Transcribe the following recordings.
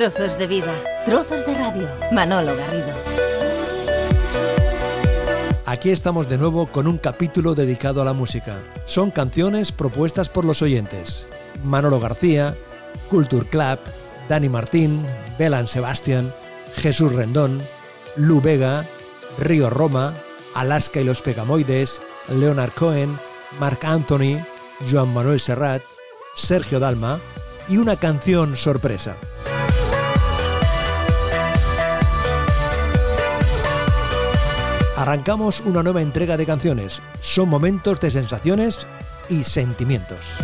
Trozos de vida, trozos de radio. Manolo Garrido. Aquí estamos de nuevo con un capítulo dedicado a la música. Son canciones propuestas por los oyentes. Manolo García, Culture Club, Dani Martín, Belan Sebastián, Jesús Rendón, Lu Vega, Río Roma, Alaska y los Pegamoides, Leonard Cohen, Marc Anthony, Joan Manuel Serrat, Sergio Dalma y una canción sorpresa. Arrancamos una nueva entrega de canciones. Son momentos de sensaciones y sentimientos.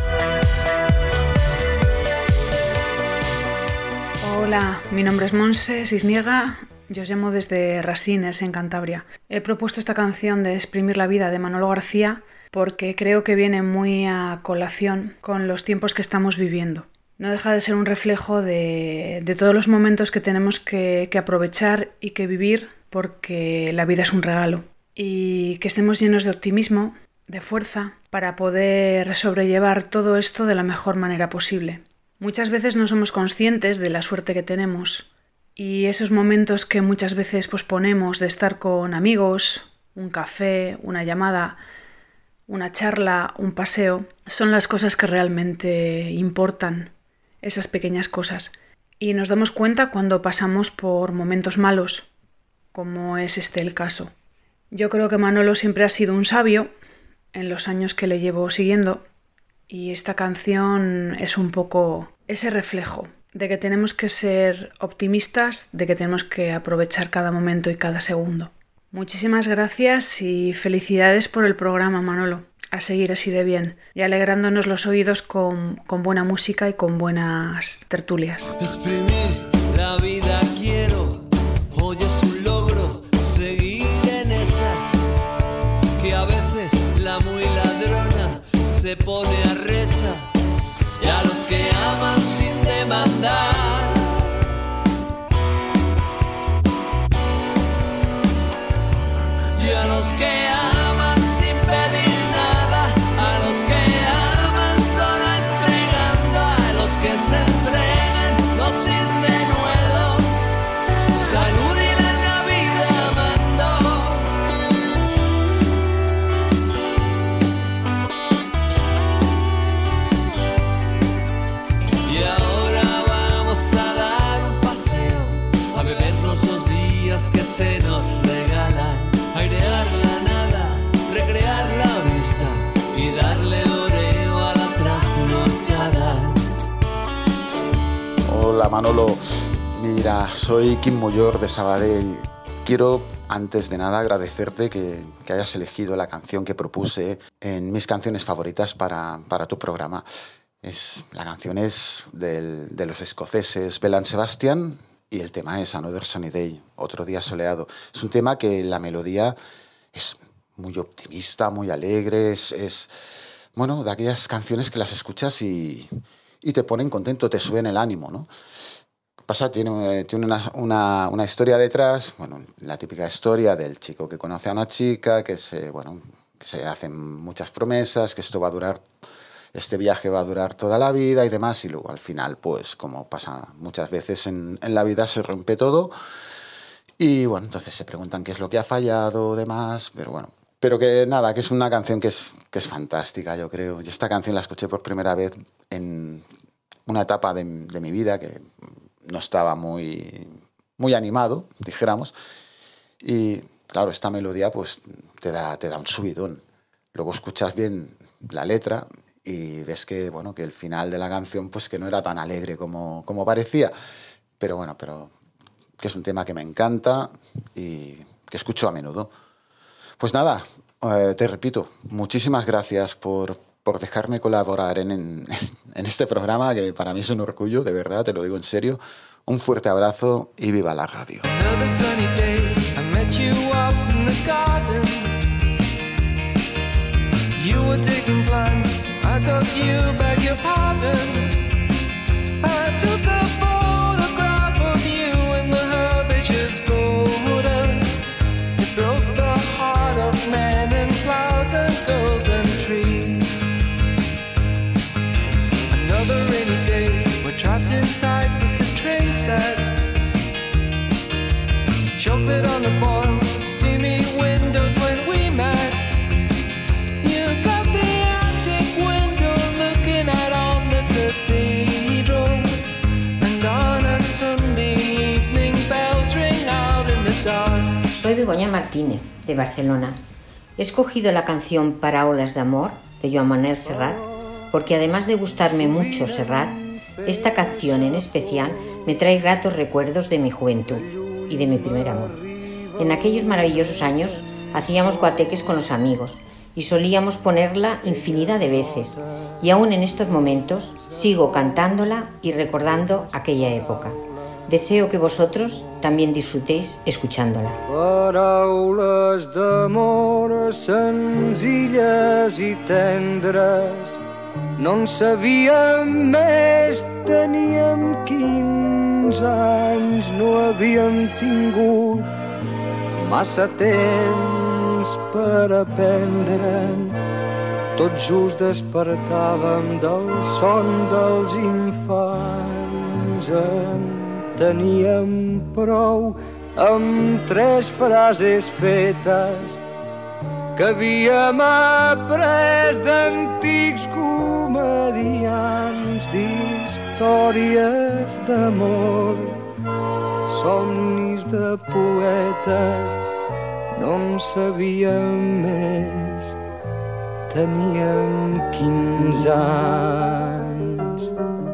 Hola, mi nombre es Montse Cisniega, yo os llamo desde Rasines, en Cantabria. He propuesto esta canción de Exprimir la vida de Manolo García porque creo que viene muy a colación con los tiempos que estamos viviendo. No deja de ser un reflejo de todos los momentos que tenemos que aprovechar y que vivir, porque la vida es un regalo, y que estemos llenos de optimismo, de fuerza, para poder sobrellevar todo esto de la mejor manera posible. Muchas veces no somos conscientes de la suerte que tenemos, y esos momentos que muchas veces posponemos de estar con amigos, un café, una llamada, una charla, un paseo, son las cosas que realmente importan, esas pequeñas cosas. Y nos damos cuenta cuando pasamos por momentos malos, como es este el caso. Yo creo que Manolo siempre ha sido un sabio en los años que le llevo siguiendo, y esta canción es un poco ese reflejo de que tenemos que ser optimistas, de que tenemos que aprovechar cada momento y cada segundo. Muchísimas gracias y felicidades por el programa, Manolo. A seguir así de bien y alegrándonos los oídos con buena música y con buenas tertulias. Exprimir la vida quiero, hoy es un logro seguir en esas, que a veces la muy ladrona se pone arrecha, y a los que aman sin demandar, y a los que aman sin pedir nada, a los que aman solo entregando, a los que se entregan no sin denuedo, salud y larga vida mando. Y ahora vamos a dar un paseo, a bebernos los días que se nos regalan, airear la nada, recrear la vista y darle oreo a la trasnochada. Hola Manolo, mira, soy Quim Mollor de Sabadell. Quiero, antes de nada, agradecerte que hayas elegido la canción que propuse en mis canciones favoritas para tu programa. La canción es de los escoceses Belan Sebastián y el tema es Another Sunny Day, otro día soleado. Es un tema que la melodía es muy optimista, muy alegre, bueno, de aquellas canciones que las escuchas y te ponen contento, te suben el ánimo, ¿no? Tiene una historia detrás, bueno, la típica historia del chico que conoce a una chica, que se hacen muchas promesas, que este viaje va a durar toda la vida y demás, y luego al final, pues como pasa muchas veces en la vida, se rompe todo, y bueno, entonces se preguntan qué es lo que ha fallado, demás, pero bueno, pero que nada, que es una canción que es fantástica, yo creo. Yo esta canción la escuché por primera vez en una etapa de mi vida que no estaba muy, muy animado, dijéramos, y claro, esta melodía pues te da un subidón. Luego escuchas bien la letra y ves que, bueno, que el final de la canción pues que no era tan alegre como parecía, pero bueno, que es un tema que me encanta y que escucho a menudo. Pues nada, te repito, muchísimas gracias por dejarme colaborar en este programa, que para mí es un orgullo, de verdad, te lo digo en serio. Un fuerte abrazo y viva la radio. Another sunny day, I met you up in the garden. You were taking plants, I took you, beg your pardon. I took a photograph of you in the herbaceous border. It broke the heart of men and flowers and girls and trees. Another rainy day, we're trapped inside with the train set. that on the bar, steamy windows when we met. You got the attic window looking out on the cathedral, and on a Sunday evening bells ring out in the dusk. Soy Begoña Martínez, de Barcelona. He escogido la canción Paraules d'amor, de Joan Manuel Serrat, porque además de gustarme mucho Serrat, esta canción en especial me trae gratos recuerdos de mi juventud y de mi primer amor. En aquellos maravillosos años hacíamos guateques con los amigos y solíamos ponerla infinidad de veces, y aún en estos momentos sigo cantándola y recordando aquella época. Deseo que vosotros también disfrutéis escuchándola. Paraules d'amor senzilles i tendres, no en sabíem més, teníem 15 anys, no havíem tingut massa temps per aprendre'n. Tot just despertàvem del son dels infants. Teníem prou amb 3 frases fetes que havíem après d'antics comedians, d'històries d'amor, somnis de poetes. No en sabíem més, teníem 15 anys.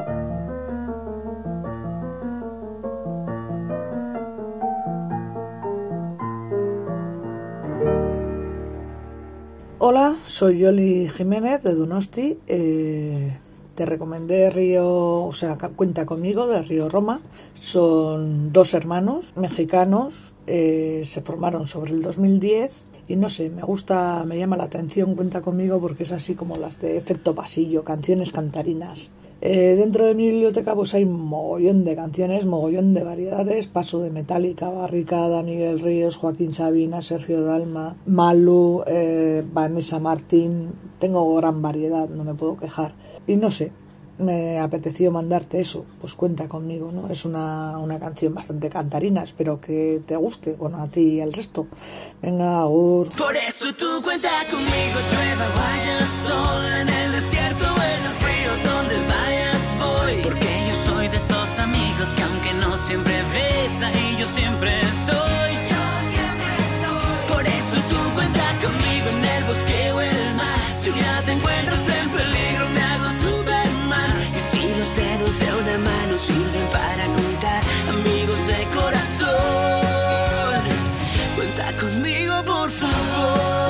Hola, soy Yoli Jiménez de Donosti. Te recomendé Cuenta conmigo, de Río Roma. Son 2 hermanos mexicanos, se formaron sobre el 2010 y no sé, me llama la atención Cuenta conmigo porque es así como las de efecto pasillo, canciones cantarinas. Dentro de mi biblioteca pues hay mogollón de canciones, mogollón de variedades. Paso de Metallica, Barricada, Miguel Ríos, Joaquín Sabina, Sergio Dalma, Malú, Vanessa Martín. Tengo gran variedad, no me puedo quejar. Y no sé, me apeteció mandarte eso, pues Cuenta conmigo, ¿no? Es una canción bastante cantarina, espero que te guste, bueno, a ti y al resto. Venga, agur. Por eso tú cuenta conmigo, llueva, vaya sol, en el desierto o en el frío, donde vayas voy. Porque yo soy de esos amigos que aunque no siempre ves, ahí yo siempre estoy. Yo siempre estoy. Por eso tú cuenta conmigo en el bosque o el mar. Si un día te encuentras en peligro, me hago Superman. Y si los dedos de una mano sirven para contar amigos de corazón, cuenta conmigo, por favor.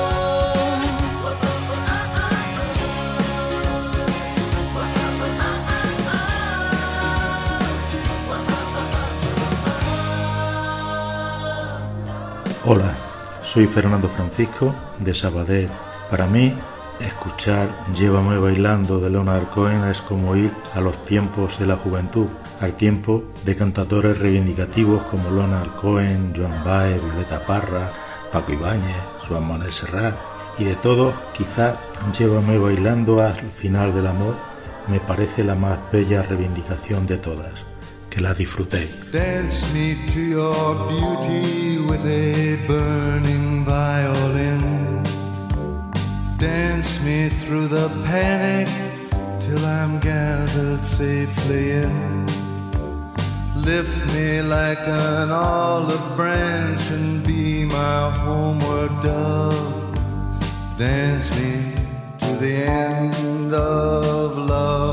Hola, soy Fernando Francisco de Sabadell. Para mí, escuchar Llévame bailando de Leonard Cohen es como ir a los tiempos de la juventud, al tiempo de cantadores reivindicativos como Leonard Cohen, Joan Baez, Violeta Parra, Paco Ibáñez, Joan Manuel Serrat, y de todos, quizás Llévame bailando al final del amor me parece la más bella reivindicación de todas. Que la disfrutéis. Dance me to your beauty with a burning violin. Dance me through the panic till I'm gathered safely in. Lift me like an olive branch and be my homeward dove. Dance me to the end of love.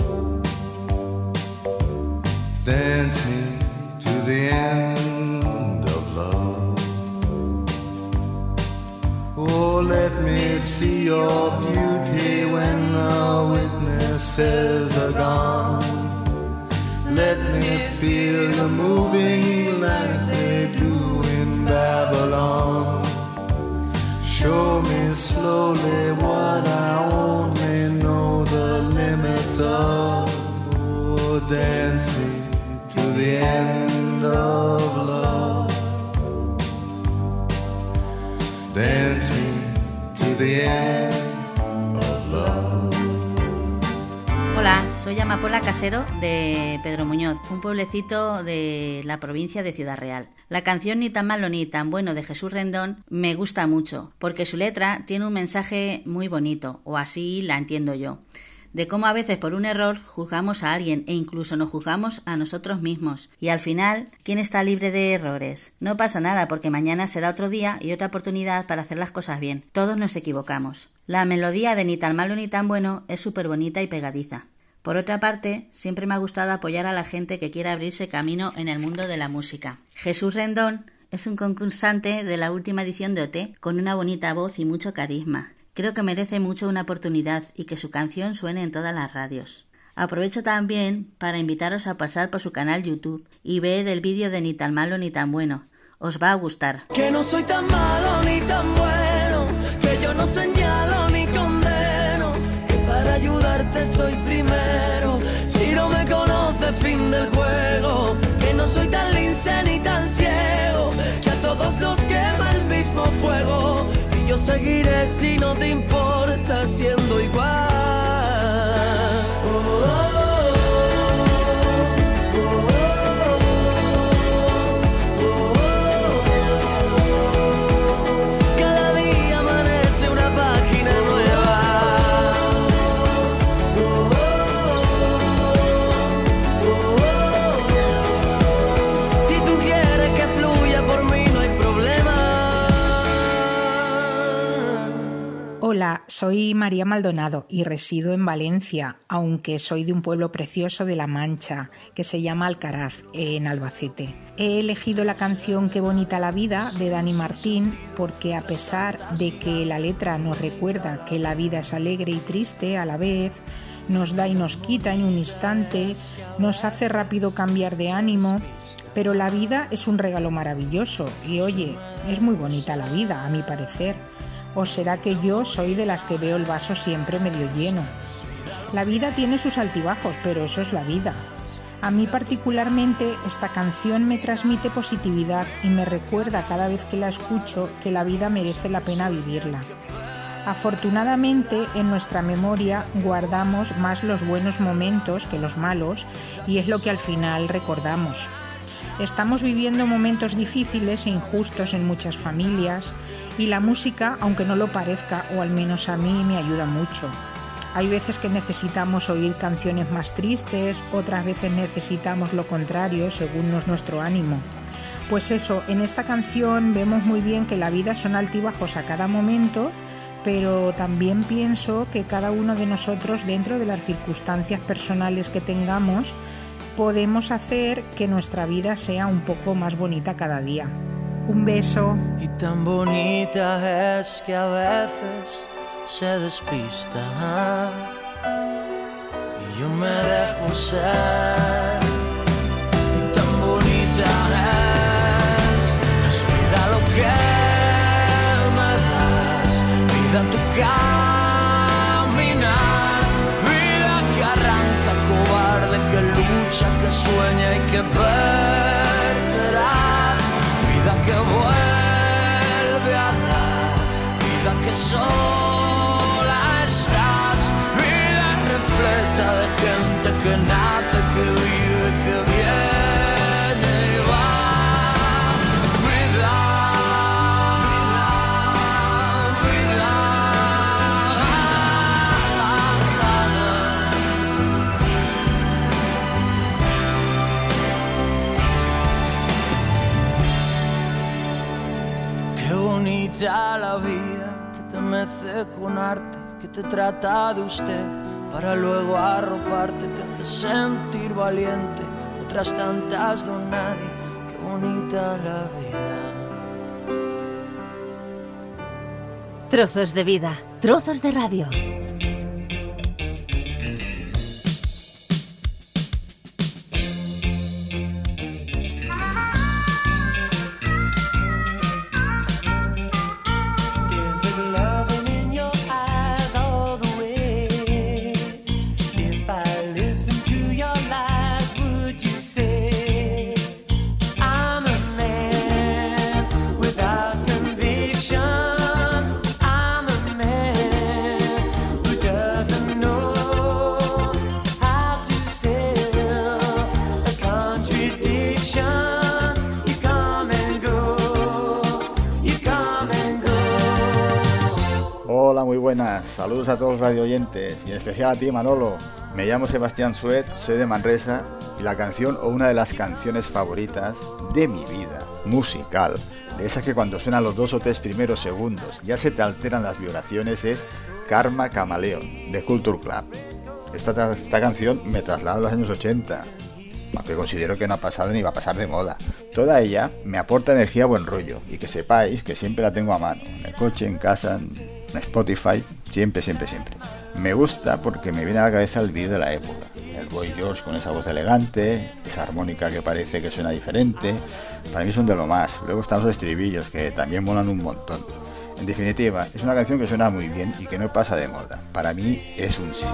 Dance me to the end of love. Oh, let me see your beauty when the witnesses are gone. Let me feel you moving like they do in Babylon. Show me slowly what I only know the limits of. Oh, dance me to the end of love. Dance me to the end of love. Hola, Soy Amapola Casero de Pedro Muñoz, un pueblecito de la provincia de Ciudad Real. La canción Ni tan malo ni tan bueno de Jesús Rendón me gusta mucho, porque su letra tiene un mensaje muy bonito, o así la entiendo yo, de cómo a veces por un error juzgamos a alguien e incluso nos juzgamos a nosotros mismos. Y al final, ¿quién está libre de errores? No pasa nada, porque mañana será otro día y otra oportunidad para hacer las cosas bien. Todos nos equivocamos. La melodía de Ni tan malo ni tan bueno es súper bonita y pegadiza. Por otra parte, siempre me ha gustado apoyar a la gente que quiera abrirse camino en el mundo de la música. Jesús Rendón es un concursante de la última edición de OT, con una bonita voz y mucho carisma. Creo que merece mucho una oportunidad y que su canción suene en todas las radios. Aprovecho también para invitaros a pasar por su canal YouTube y ver el vídeo de Ni tan malo ni tan bueno. Os va a gustar. Que no soy tan malo ni tan bueno, que yo no señalo ni condeno, que para ayudarte estoy primero. Si no me conoces, fin del juego. Que no soy tan lince ni tan ciego, que a todos nos quema el mismo fuego. Yo seguiré si no te importa siendo igual. Cada día amanece una página nueva. Si tú quieres que fluya por mí, no hay problema. Hola, soy María Maldonado y resido en Valencia, aunque soy de un pueblo precioso de La Mancha que se llama Alcaraz, en Albacete. He elegido la canción Qué bonita la vida de Dani Martín porque, a pesar de que la letra nos recuerda que la vida es alegre y triste a la vez, nos da y nos quita en un instante, nos hace rápido cambiar de ánimo, pero la vida es un regalo maravilloso y, oye, es muy bonita la vida, a mi parecer. ¿O será que yo soy de las que veo el vaso siempre medio lleno? La vida tiene sus altibajos, pero eso es la vida. A mí particularmente esta canción me transmite positividad y me recuerda cada vez que la escucho que la vida merece la pena vivirla. Afortunadamente, en nuestra memoria guardamos más los buenos momentos que los malos y es lo que al final recordamos. Estamos viviendo momentos difíciles e injustos en muchas familias, y la música, aunque no lo parezca, o al menos a mí, me ayuda mucho. Hay veces que necesitamos oír canciones más tristes, otras veces necesitamos lo contrario, según nuestro ánimo. Pues eso, en esta canción vemos muy bien que la vida son altibajos a cada momento, pero también pienso que cada uno de nosotros, dentro de las circunstancias personales que tengamos, podemos hacer que nuestra vida sea un poco más bonita cada día. Un beso. Y tan bonita es que a veces se despista y yo me dejo ser. Y tan bonita es vida lo que me das, vida tu caminar, vida que arranca, cobarde, que lucha, que sueña y que perderás. Vida que vuelve a dar, vida que sola estás, vida repleta de gente que nace, que vive, que viene y va. Vida, vida, qué bonita la vida que te mece con arte, que te trata de usted para luego arroparte, te hace sentir valiente, otras tantas don nadie, qué bonita la vida. Trozos de vida, trozos de radio. Without conviction, I'm a man muy buenas. Saludos a todos los radioyentes y en especial a ti, Manolo. Me llamo Sebastián Suet, soy de Manresa y la canción o una de las canciones favoritas de mi vida, musical, de esas que cuando suenan los 2 o 3 primeros segundos ya se te alteran las vibraciones, es Karma Chameleon, de Culture Club. Esta canción me traslada a los años 80, aunque considero que no ha pasado ni va a pasar de moda. Toda ella me aporta energía, buen rollo, y que sepáis que siempre la tengo a mano, en el coche, en casa, en Spotify, siempre. Me gusta porque me viene a la cabeza el vídeo de la época, el Boy George con esa voz elegante, esa armónica que parece que suena diferente, para mí son de lo más. Luego están los estribillos que también molan un montón. En definitiva, es una canción que suena muy bien y que no pasa de moda. Para mí es un sí.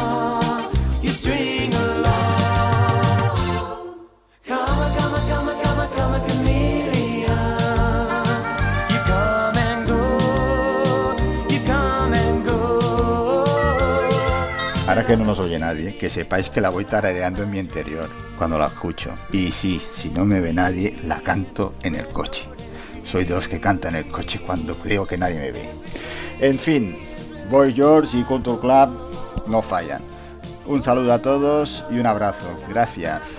Ahora que no nos oye nadie, que sepáis que la voy tarareando en mi interior cuando la escucho. Y sí, si no me ve nadie, la canto en el coche. Soy de los que cantan en el coche cuando creo que nadie me ve. En fin, Boy George y Culture Club no fallan. Un saludo a todos y un abrazo. Gracias.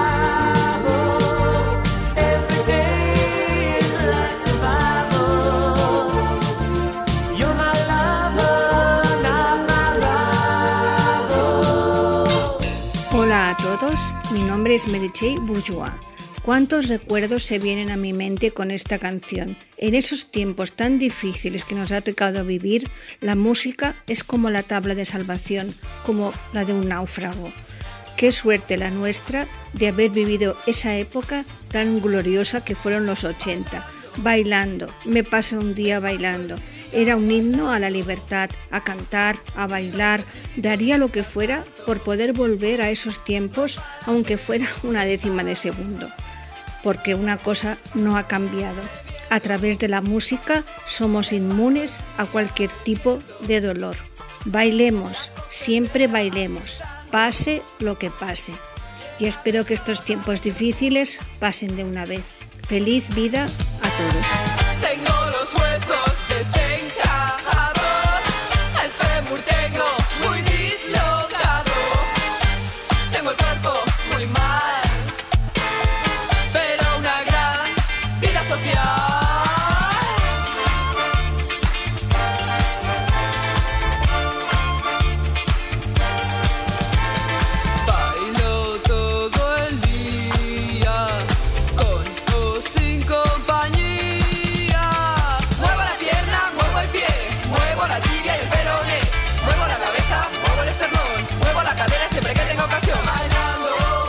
Hola a todos, mi nombre es Meritxell Bourgeois. ¿Cuántos recuerdos se vienen a mi mente con esta canción? En esos tiempos tan difíciles que nos ha tocado vivir, la música es como la tabla de salvación, como la de un náufrago. Qué suerte la nuestra de haber vivido esa época tan gloriosa que fueron los 80. Bailando, me pasé un día bailando. Era un himno a la libertad, a cantar, a bailar. Daría lo que fuera por poder volver a esos tiempos, aunque fuera una décima de segundo. Porque una cosa no ha cambiado. A través de la música somos inmunes a cualquier tipo de dolor. Bailemos, siempre bailemos, pase lo que pase. Y espero que estos tiempos difíciles pasen de una vez. Feliz vida a todos. Tengo los huesos desencajados, el fémur tengo muy dislocado, tengo el cuerpo muy mal, pero una gran vida social. Bailo todo el día, con o sin compañía. Muevo la pierna, muevo el pie, muevo la tibia y el peroné, muevo la cabeza, muevo el esternón, muevo la cadera siempre que tenga ocasión, bailando.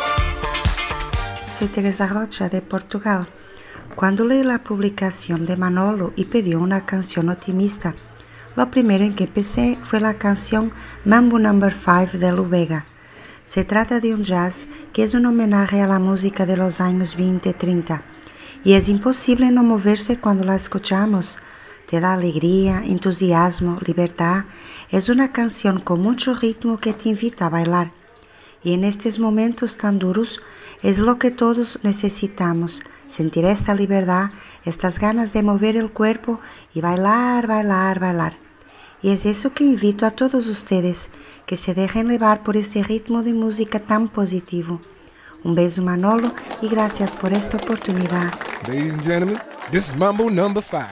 Soy Teresa Rocha de Portugal. Cuando leí la publicación de Manolo y pidió una canción optimista, lo primero en que pensé fue la canción Mambo No. 5 de Lu Bega. Se trata de un jazz que es un homenaje a la música de los años 20 y 30, y es imposible no moverse cuando la escuchamos. Te da alegría, entusiasmo, libertad. Es una canción con mucho ritmo que te invita a bailar. Y en estos momentos tan duros es lo que todos necesitamos, sentir esta libertad, estas ganas de mover el cuerpo y bailar, bailar, bailar. Y es eso que invito a todos ustedes, que se dejen llevar por este ritmo de música tan positivo. Un beso, Manolo, y gracias por esta oportunidad. Ladies and gentlemen, this is Mambo No. 5.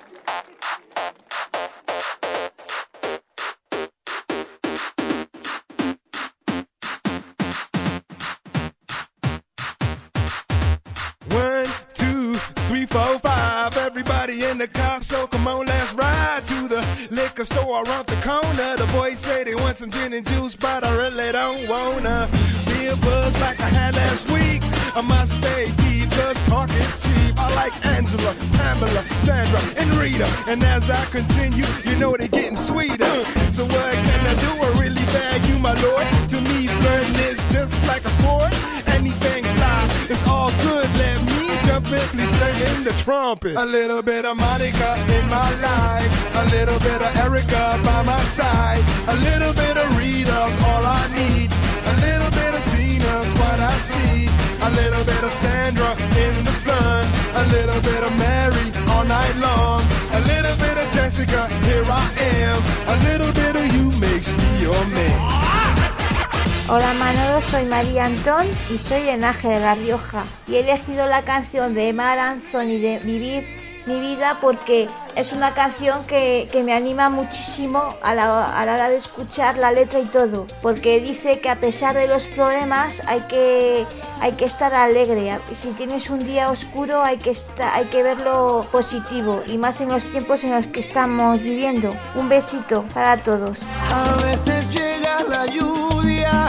One, two, three, four, five. Everybody in the car, so come on, let's ride to the liquor store around the corner. The boys say they want some gin and juice, but I really don't wanna be a buzz like I had last week. I must stay deep, cause talk is cheap. I like Angela, Pamela, Sandra, and Rita. And as I continue, you know they're getting sweeter. So what can I do? I really bag you, my lord. To me, flirting is just like a sport. Anything fly, it's all good. Let me jump in, please sing in the trumpet. A little bit of Monica in my life, a little bit of Erica by my side, a little bit of Rita's all I need, a little bit of Tina's what I see, a little bit of Sandra in the sun, a little bit of Mary all night long, a little bit of Jessica música, here I am. A little bit of you makes me your man. Hola Manolo, soy María Antón y soy de Nájera de La Rioja y he elegido la canción de Mar Anthony de Vivir mi vida porque es una canción que me anima muchísimo a la hora de escuchar la letra y todo, porque dice que a pesar de los problemas hay que estar alegre. Si tienes un día oscuro hay que verlo positivo, y más en los tiempos en los que estamos viviendo. Un besito para todos. A veces llega la lluvia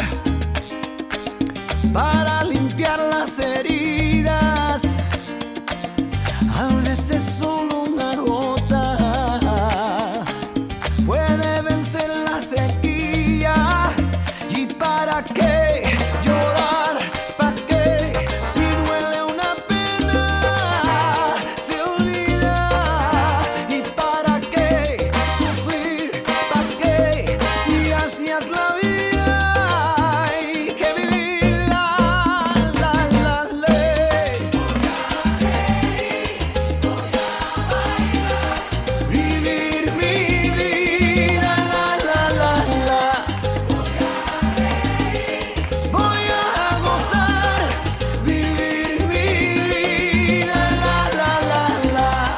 para limpiar las heridas, a veces solo una gota puede vencer la sequía. ¿Y para qué llorar? ¿Para qué? Si duele una pena se olvida. ¿Y para qué sufrir? ¿Para qué? Si así es la vida hay que vivirla. La ley. Vivir mi vida. La. Voy a gozar, vivir mi vida. La.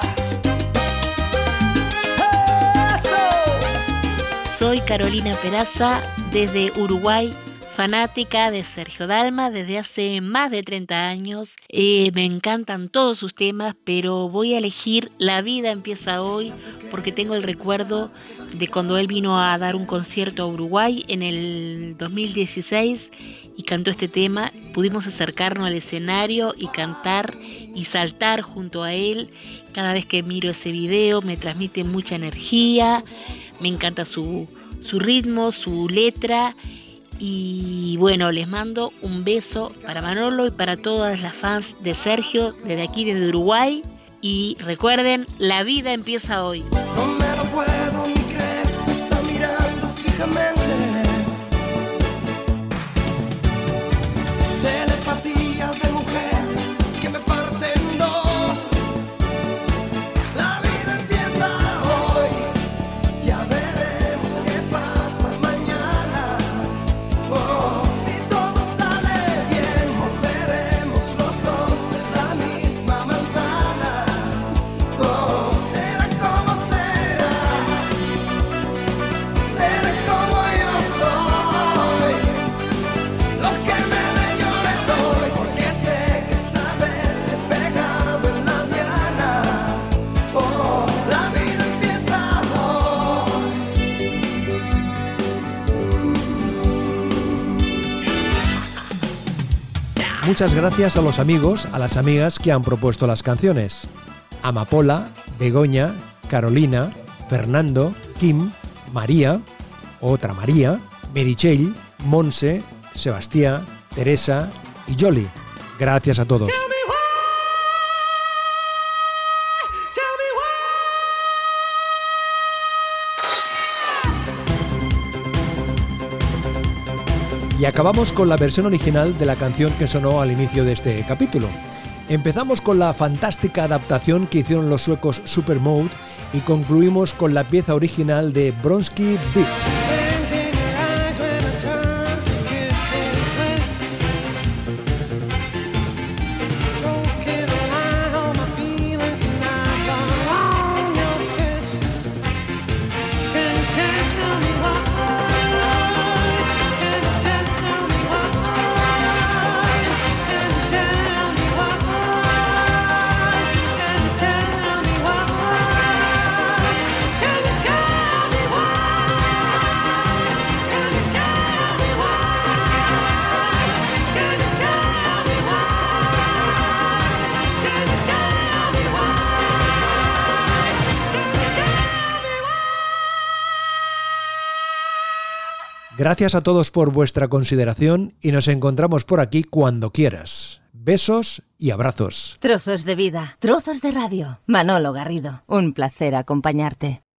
Soy Carolina Peraza desde Uruguay, fanática de Sergio Dalma desde hace más de 30 años. Me encantan todos sus temas, pero voy a elegir La vida empieza hoy porque tengo el recuerdo de cuando él vino a dar un concierto a Uruguay en el 2016 y cantó este tema. Pudimos acercarnos al escenario y cantar y saltar junto a él. Cada vez que miro ese video me transmite mucha energía, me encanta su ritmo, su letra. Y bueno, les mando un beso para Manolo y para todas las fans de Sergio desde aquí, desde Uruguay. Y recuerden, la vida empieza hoy. No me lo puedo ni creer, me está mirando fijamente. Telepatía de mujer que me parte en dos. La vida empieza hoy, ya veremos qué pasa mañana. Oh, si todo sale bien, morderemos los dos la misma manzana. Oh, será como será, será como yo soy. Lo que me dé yo le doy, porque sé que esta vez he pegado en la diana. Oh, la vida empieza hoy. Muchas gracias a los amigos, a las amigas que han propuesto las canciones. Amapola, Begoña, Carolina, Fernando, Kim, María, otra María, Meritxell, Montse, Sebastián, Teresa y Jolly. Gracias a todos. Y acabamos con la versión original de la canción que sonó al inicio de este capítulo. Empezamos con la fantástica adaptación que hicieron los suecos Supermode y concluimos con la pieza original de Bronski Beat. Gracias a todos por vuestra consideración y nos encontramos por aquí cuando quieras. Besos y abrazos. Trozos de vida, trozos de radio. Manolo Garrido, un placer acompañarte.